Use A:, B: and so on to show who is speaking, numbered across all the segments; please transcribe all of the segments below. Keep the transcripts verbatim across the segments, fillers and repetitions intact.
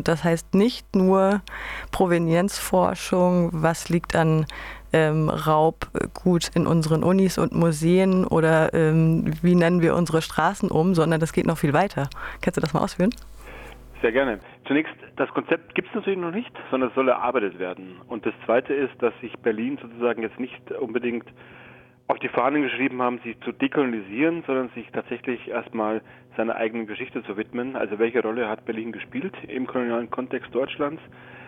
A: das heißt nicht nur Provenienzforschung, was liegt an ähm, Raubgut in unseren Unis und Museen oder ähm, wie nennen wir unsere Straßen um, sondern das geht noch viel weiter. Kannst du das mal ausführen?
B: Sehr gerne. Zunächst, das Konzept gibt es natürlich noch nicht, sondern es soll erarbeitet werden. Und das Zweite ist, dass sich Berlin sozusagen jetzt nicht unbedingt auf die Fahnen geschrieben haben, sich zu dekolonisieren, sondern sich tatsächlich erstmal seiner eigenen Geschichte zu widmen. Also welche Rolle hat Berlin gespielt im kolonialen Kontext Deutschlands?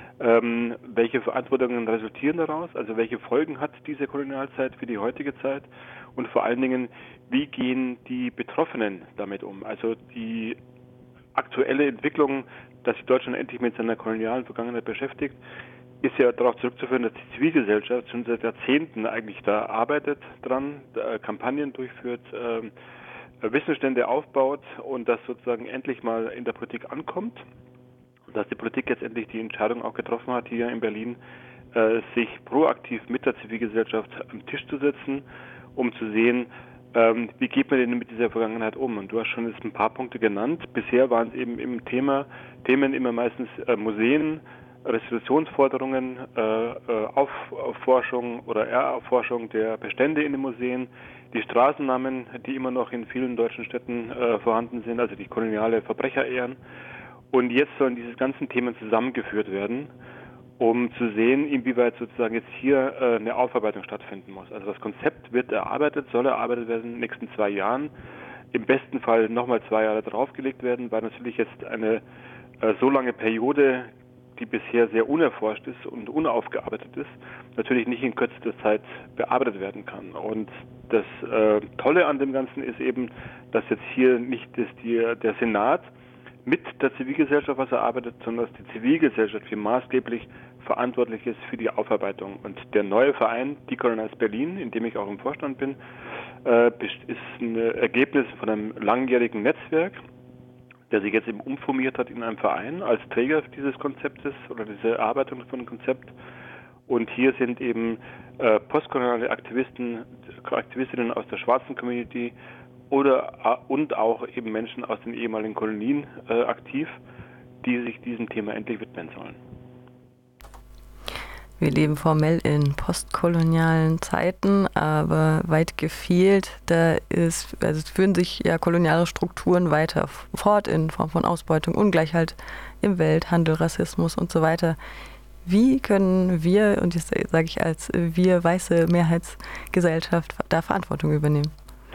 B: Ähm, welche Verantwortungen resultieren daraus? Also welche Folgen hat diese Kolonialzeit für die heutige Zeit? Und vor allen Dingen, wie gehen die Betroffenen damit um? Also die aktuelle Entwicklung, dass sich Deutschland endlich mit seiner kolonialen Vergangenheit beschäftigt, ist ja darauf zurückzuführen, dass die Zivilgesellschaft schon seit Jahrzehnten eigentlich da arbeitet dran, da Kampagnen durchführt, äh, Wissensstände aufbaut und das sozusagen endlich mal in der Politik ankommt. Dass die Politik jetzt endlich die Entscheidung auch getroffen hat, hier in Berlin, äh, sich proaktiv mit der Zivilgesellschaft am Tisch zu setzen, um zu sehen, ähm, wie geht man denn mit dieser Vergangenheit um. Und du hast schon jetzt ein paar Punkte genannt. Bisher waren es eben im Thema, Themen immer meistens äh, Museen, Restitutionsforderungen, äh, Aufforschung oder Erforschung der Bestände in den Museen, die Straßennamen, die immer noch in vielen deutschen Städten äh, vorhanden sind, also die koloniale Verbrecherehren. Und jetzt sollen diese ganzen Themen zusammengeführt werden, um zu sehen, inwieweit sozusagen jetzt hier äh, eine Aufarbeitung stattfinden muss. Also das Konzept wird erarbeitet, soll erarbeitet werden in den nächsten zwei Jahren. Im besten Fall nochmal zwei Jahre draufgelegt werden, weil natürlich jetzt eine äh, so lange Periode, die bisher sehr unerforscht ist und unaufgearbeitet ist, natürlich nicht in kürzester Zeit bearbeitet werden kann. Und das äh, Tolle an dem Ganzen ist eben, dass jetzt hier nicht das, die, der Senat mit der Zivilgesellschaft was erarbeitet, sondern dass die Zivilgesellschaft hier maßgeblich verantwortlich ist für die Aufarbeitung. Und der neue Verein Decolonize Berlin, in dem ich auch im Vorstand bin, äh, ist ein Ergebnis von einem langjährigen Netzwerk, der sich jetzt eben umformiert hat in einem Verein als Träger dieses Konzeptes oder diese Erarbeitung von dem Konzept. Und hier sind eben äh, postkoloniale Aktivisten, Aktivistinnen aus der schwarzen Community oder und auch eben Menschen aus den ehemaligen Kolonien äh, aktiv, die sich diesem Thema endlich widmen sollen.
A: Wir leben formell in postkolonialen Zeiten, aber weit gefehlt, da ist, also es führen sich ja koloniale Strukturen weiter fort in Form von Ausbeutung, Ungleichheit im Welthandel, Rassismus und so weiter. Wie können wir, und jetzt sage ich als wir weiße Mehrheitsgesellschaft, da Verantwortung übernehmen?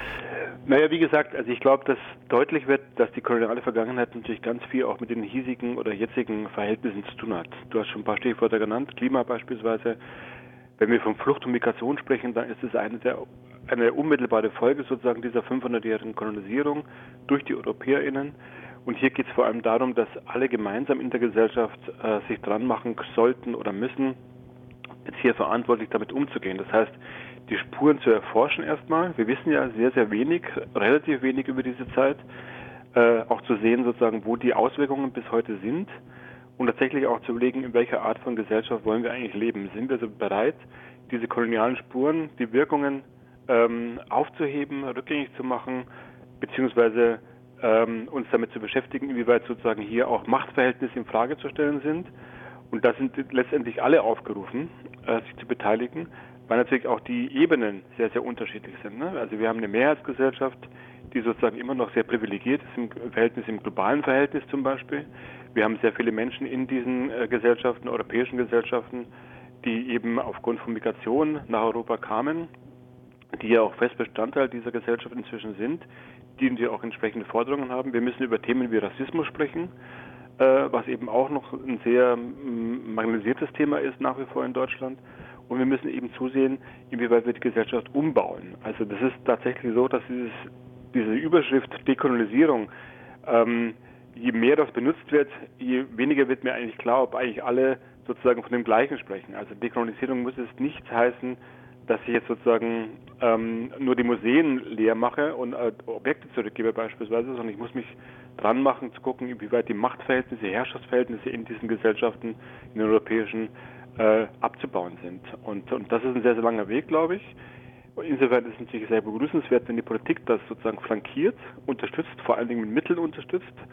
B: Naja, wie gesagt, also ich glaube, dass deutlich wird, dass die koloniale Vergangenheit natürlich ganz viel auch mit den hiesigen oder jetzigen Verhältnissen zu tun hat. Du hast schon ein paar Stichworte genannt, Klima beispielsweise. Wenn wir von Flucht und Migration sprechen, dann ist es eine, der, eine unmittelbare Folge sozusagen dieser fünfhundertjährigen Kolonisierung durch die EuropäerInnen. Und hier geht es vor allem darum, dass alle gemeinsam in der Gesellschaft äh, sich dran machen sollten oder müssen, jetzt hier verantwortlich damit umzugehen. Das heißt, die Spuren zu erforschen erstmal. Wir wissen ja sehr, sehr wenig, relativ wenig über diese Zeit. Äh, auch zu sehen sozusagen, wo die Auswirkungen bis heute sind und tatsächlich auch zu überlegen, in welcher Art von Gesellschaft wollen wir eigentlich leben. Sind wir so bereit, diese kolonialen Spuren, die Wirkungen ähm, aufzuheben, rückgängig zu machen, beziehungsweise ähm, uns damit zu beschäftigen, inwieweit sozusagen hier auch Machtverhältnisse in Frage zu stellen sind. Und da sind letztendlich alle aufgerufen, äh, sich zu beteiligen, weil natürlich auch die Ebenen sehr, sehr unterschiedlich sind. Ne? Also wir haben eine Mehrheitsgesellschaft, die sozusagen immer noch sehr privilegiert ist im Verhältnis, im globalen Verhältnis zum Beispiel. Wir haben sehr viele Menschen in diesen äh, Gesellschaften, europäischen Gesellschaften, die eben aufgrund von Migration nach Europa kamen, die ja auch fest Bestandteil dieser Gesellschaft inzwischen sind, die natürlich auch entsprechende Forderungen haben. Wir müssen über Themen wie Rassismus sprechen, äh, was eben auch noch ein sehr m, marginalisiertes Thema ist nach wie vor in Deutschland. Und wir müssen eben zusehen, inwieweit wir die Gesellschaft umbauen. Also das ist tatsächlich so, dass dieses, diese Überschrift Dekolonisierung, ähm, je mehr das benutzt wird, je weniger wird mir eigentlich klar, ob eigentlich alle sozusagen von dem Gleichen sprechen. Also Dekolonisierung muss es nicht heißen, dass ich jetzt sozusagen ähm, nur die Museen leer mache und äh, Objekte zurückgebe beispielsweise, sondern ich muss mich dran machen, zu gucken, inwieweit die Machtverhältnisse, Herrschaftsverhältnisse in diesen Gesellschaften, in den europäischen, äh, abzubauen sind. Und, und das ist ein sehr, sehr langer Weg, glaube ich. Und insofern ist es natürlich sehr begrüßenswert, wenn die Politik das sozusagen flankiert, unterstützt, vor allen Dingen mit Mitteln unterstützt,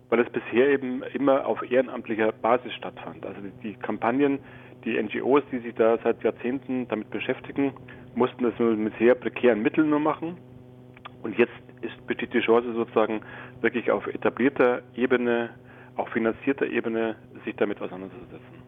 B: weil es bisher eben immer auf ehrenamtlicher Basis stattfand. Also die, die Kampagnen, die N G Os, die sich da seit Jahrzehnten damit beschäftigen, mussten das nur mit sehr prekären Mitteln nur machen. Und jetzt ist, besteht die Chance sozusagen wirklich auf etablierter Ebene, auch finanzierter Ebene, sich damit auseinanderzusetzen.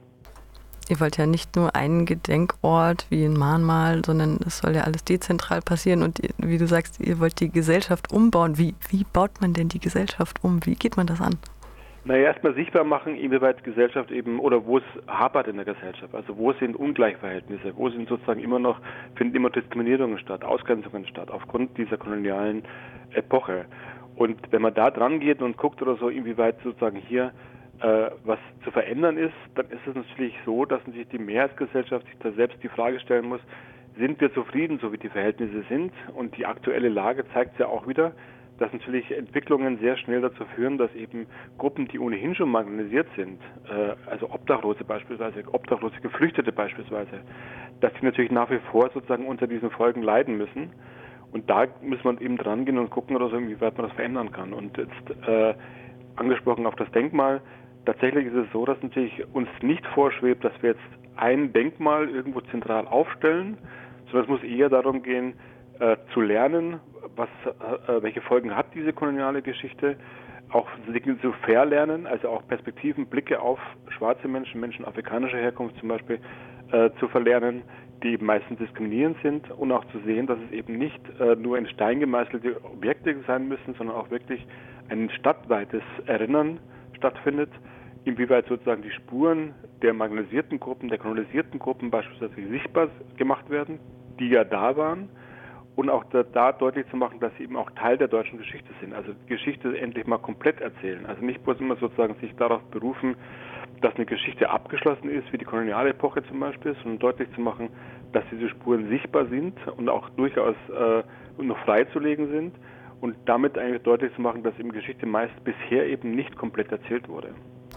A: Ihr wollt ja nicht nur einen Gedenkort wie ein Mahnmal, sondern es soll ja alles dezentral passieren und wie du sagst, ihr wollt die Gesellschaft umbauen. Wie, wie baut man denn die Gesellschaft um? Wie geht man das an?
B: Naja, erstmal sichtbar machen, inwieweit Gesellschaft eben, oder wo es hapert in der Gesellschaft. Also wo sind Ungleichverhältnisse, wo sind sozusagen immer noch, finden immer Diskriminierungen statt, Ausgrenzungen statt, aufgrund dieser kolonialen Epoche. Und wenn man da dran geht und guckt oder so, inwieweit sozusagen hier äh, was zu verändern ist, dann ist es natürlich so, dass sich die Mehrheitsgesellschaft sich da selbst die Frage stellen muss, sind wir zufrieden, so wie die Verhältnisse sind? Und die aktuelle Lage zeigt es ja auch wieder, dass natürlich Entwicklungen sehr schnell dazu führen, dass eben Gruppen, die ohnehin schon marginalisiert sind, äh, also Obdachlose beispielsweise, obdachlose Geflüchtete beispielsweise, dass die natürlich nach wie vor sozusagen unter diesen Folgen leiden müssen. Und da muss man eben dran gehen und gucken oder so, inwieweit man das verändern kann. Und jetzt äh, angesprochen auf das Denkmal, tatsächlich ist es so, dass natürlich uns nicht vorschwebt, dass wir jetzt ein Denkmal irgendwo zentral aufstellen, sondern es muss eher darum gehen, äh, zu lernen, was, äh, welche Folgen hat diese koloniale Geschichte, auch Dinge zu verlernen, also auch Perspektiven, Blicke auf schwarze Menschen, Menschen afrikanischer Herkunft zum Beispiel, äh, zu verlernen, die eben meistens diskriminierend sind und auch zu sehen, dass es eben nicht äh, nur in Stein gemeißelte Objekte sein müssen, sondern auch wirklich ein stadtweites Erinnern stattfindet, inwieweit sozusagen die Spuren der marginalisierten Gruppen, der kolonisierten Gruppen beispielsweise sichtbar gemacht werden, die ja da waren, und auch da, da deutlich zu machen, dass sie eben auch Teil der deutschen Geschichte sind. Also die Geschichte endlich mal komplett erzählen. Also nicht bloß immer sozusagen sich darauf berufen, dass eine Geschichte abgeschlossen ist, wie die koloniale Epoche zum Beispiel, sondern deutlich zu machen, dass diese Spuren sichtbar sind und auch durchaus äh, noch freizulegen sind und damit eigentlich deutlich zu machen, dass eben Geschichte meist bisher eben nicht komplett erzählt wurde.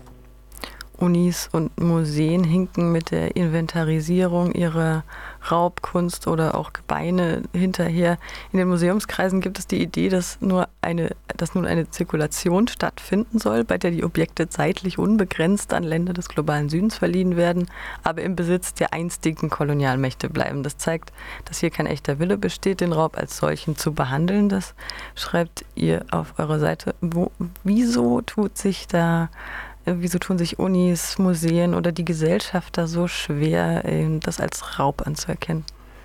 A: Unis und Museen hinken mit der Inventarisierung ihrer Raubkunst oder auch Gebeine hinterher. In den Museumskreisen gibt es die Idee, dass nur eine, dass nun eine Zirkulation stattfinden soll, bei der die Objekte zeitlich unbegrenzt an Länder des globalen Südens verliehen werden, aber im Besitz der einstigen Kolonialmächte bleiben. Das zeigt, dass hier kein echter Wille besteht, den Raub als solchen zu behandeln. Das schreibt ihr auf eurer Seite. Wo, wieso tut sich da Wieso tun sich Unis, Museen oder die Gesellschaft da so schwer, das als Raub anzuerkennen?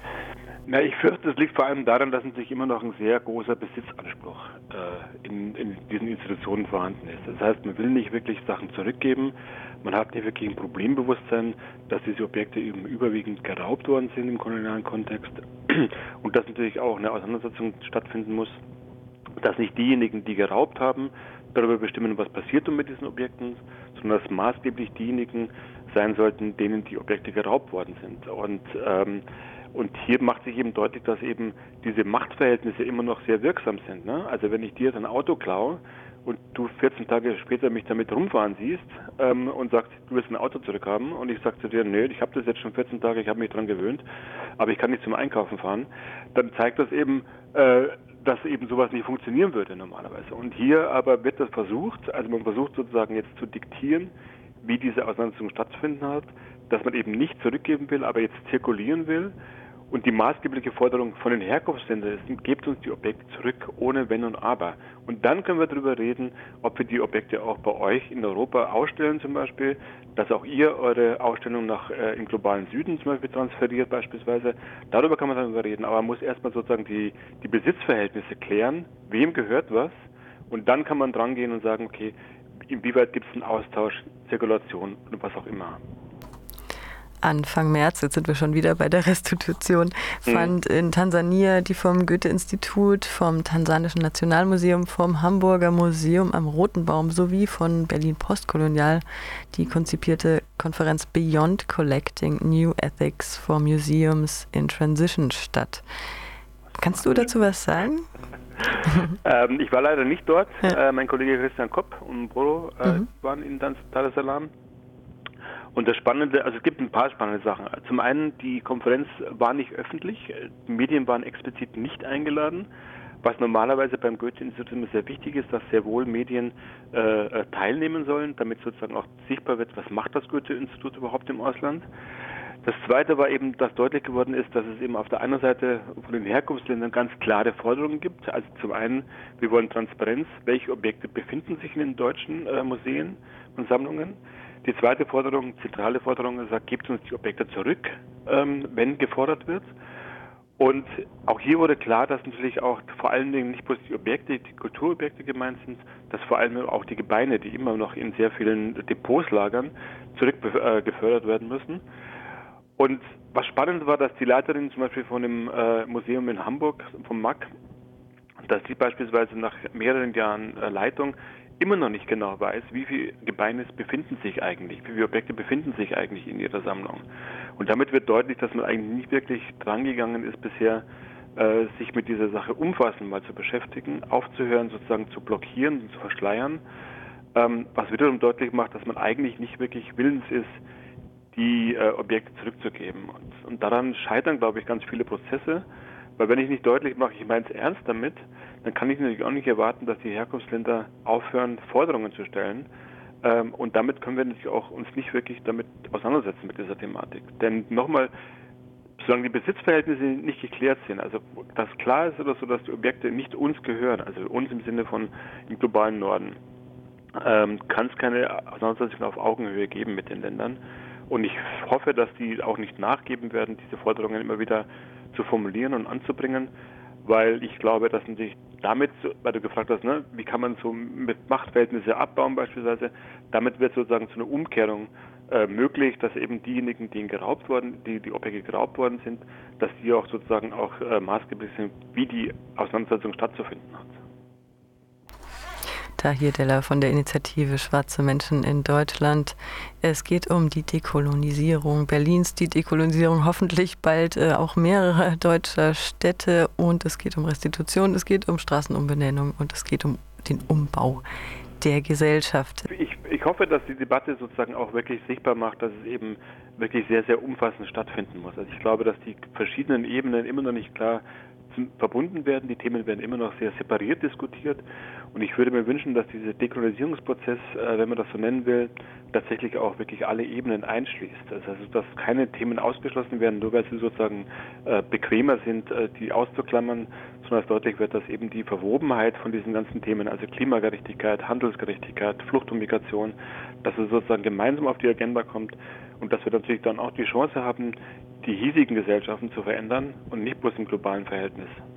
B: Na, ich fürchte, es liegt vor allem daran, dass natürlich immer noch ein sehr großer Besitzanspruch äh, in, in diesen Institutionen vorhanden ist. Das heißt, man will nicht wirklich Sachen zurückgeben, man hat nicht wirklich ein Problembewusstsein, dass diese Objekte eben überwiegend geraubt worden sind im kolonialen Kontext und dass natürlich auch eine Auseinandersetzung stattfinden muss, dass nicht diejenigen, die geraubt haben, darüber bestimmen, was passiert mit diesen Objekten, sondern dass maßgeblich diejenigen sein sollten, denen die Objekte geraubt worden sind. Und, ähm, und hier macht sich eben deutlich, dass eben diese Machtverhältnisse immer noch sehr wirksam sind. Ne? Also wenn ich dir jetzt ein Auto klaue und du vierzehn Tage später mich damit rumfahren siehst ähm, und sagst, du willst ein Auto zurückhaben und ich sage zu dir, nö, ich habe das jetzt schon vierzehn Tage, ich habe mich dran gewöhnt, aber ich kann nicht zum Einkaufen fahren, dann zeigt das eben, äh, dass eben sowas nicht funktionieren würde normalerweise. Und hier aber wird das versucht, also man versucht sozusagen jetzt zu diktieren, wie diese Auseinandersetzung stattzufinden hat, dass man eben nicht zurückgeben will, aber jetzt zirkulieren will. Und die maßgebliche Forderung von den Herkunftsländern ist, gebt uns die Objekte zurück, ohne Wenn und Aber. Und dann können wir darüber reden, ob wir die Objekte auch bei euch in Europa ausstellen zum Beispiel, dass auch ihr eure Ausstellung nach äh, im globalen Süden zum Beispiel transferiert beispielsweise. Darüber kann man dann reden, aber man muss erstmal sozusagen die, die Besitzverhältnisse klären, wem gehört was, und dann kann man dran gehen und sagen, okay, inwieweit gibt es einen Austausch, Zirkulation und was auch immer.
A: Anfang März, jetzt sind wir schon wieder bei der Restitution, fand in Tansania die vom Goethe-Institut, vom Tansanischen Nationalmuseum, vom Hamburger Museum am Roten Baum sowie von Berlin Postkolonial die konzipierte Konferenz Beyond Collecting New Ethics for Museums in Transition statt. Kannst du dazu was sagen?
B: ähm, ich war leider nicht dort. Ja. Äh, mein Kollege Christian Kopp und Bruno äh, mhm. waren in Dar es Salaam. Und das Spannende, also es gibt ein paar spannende Sachen. Zum einen, die Konferenz war nicht öffentlich, die Medien waren explizit nicht eingeladen, Was normalerweise beim Goethe-Institut immer sehr wichtig ist, dass sehr wohl Medien äh, teilnehmen sollen, damit sozusagen auch sichtbar wird, was macht das Goethe-Institut überhaupt im Ausland. Das Zweite war eben, dass deutlich geworden ist, dass es eben auf der einen Seite von den Herkunftsländern ganz klare Forderungen gibt. Also zum einen, wir wollen Transparenz, welche Objekte befinden sich in den deutschen äh, Museen und Sammlungen. Die zweite Forderung, zentrale Forderung, sagt, gebt uns die Objekte zurück, ähm, wenn gefordert wird. Und auch hier wurde klar, dass natürlich auch vor allen Dingen nicht bloß die Objekte, die Kulturobjekte gemeint sind, dass vor allem auch die Gebeine, die immer noch in sehr vielen Depots lagern, zurückgefördert werden müssen. Und was spannend war, dass die Leiterin zum Beispiel von dem äh, Museum in Hamburg, vom M A C, dass sie beispielsweise nach mehreren Jahren äh, Leitung immer noch nicht genau weiß, wie viele Gebeine befinden sich eigentlich, wie viele Objekte befinden sich eigentlich in ihrer Sammlung. Und damit wird deutlich, dass man eigentlich nicht wirklich drangegangen ist bisher, äh, sich mit dieser Sache umfassend mal zu beschäftigen, aufzuhören, sozusagen zu blockieren und zu verschleiern, ähm, was wiederum deutlich macht, dass man eigentlich nicht wirklich willens ist, die äh, Objekte zurückzugeben. Und, und daran scheitern, glaube ich, ganz viele Prozesse, weil wenn ich nicht deutlich mache, ich meine es ernst damit, dann kann ich natürlich auch nicht erwarten, dass die Herkunftsländer aufhören, Forderungen zu stellen. Ähm, und damit können wir natürlich auch uns nicht wirklich damit auseinandersetzen mit dieser Thematik. Denn nochmal, solange die Besitzverhältnisse nicht geklärt sind, also dass klar ist oder so, dass die Objekte nicht uns gehören, also uns im Sinne von im globalen Norden, ähm, kann es keine Auseinandersetzung auf Augenhöhe geben mit den Ländern. Und ich hoffe, dass die auch nicht nachgeben werden, diese Forderungen immer wieder zu formulieren und anzubringen, weil ich glaube, dass man sich damit, weil du gefragt hast, ne, wie kann man so mit Machtverhältnisse abbauen beispielsweise, damit wird sozusagen so eine Umkehrung äh, möglich, dass eben diejenigen, die geraubt worden, die die Objekte geraubt worden sind, dass die auch sozusagen auch äh, maßgeblich sind, wie die Auseinandersetzung stattzufinden hat.
A: Tahir Deller von der Initiative Schwarze Menschen in Deutschland. Es geht um die Dekolonisierung Berlins, die Dekolonisierung hoffentlich bald äh, auch mehrerer deutscher Städte, und es geht um Restitution, es geht um Straßenumbenennung und es geht um den Umbau der Gesellschaft.
B: Ich, ich hoffe, dass die Debatte sozusagen auch wirklich sichtbar macht, dass es eben wirklich sehr, sehr umfassend stattfinden muss. Also ich glaube, dass die verschiedenen Ebenen immer noch nicht klar verbunden werden. Die Themen werden immer noch sehr separiert diskutiert. Und ich würde mir wünschen, dass dieser Dekolonisierungsprozess, äh, wenn man das so nennen will, tatsächlich auch wirklich alle Ebenen einschließt. Also, dass keine Themen ausgeschlossen werden, nur weil sie sozusagen äh, bequemer sind, äh, die auszuklammern, sondern dass deutlich wird, dass eben die Verwobenheit von diesen ganzen Themen, also Klimagerechtigkeit, Handelsgerechtigkeit, Flucht und Migration, dass es sozusagen gemeinsam auf die Agenda kommt und dass wir natürlich dann auch die Chance haben, die hiesigen Gesellschaften zu verändern und nicht bloß im globalen Verhältnis.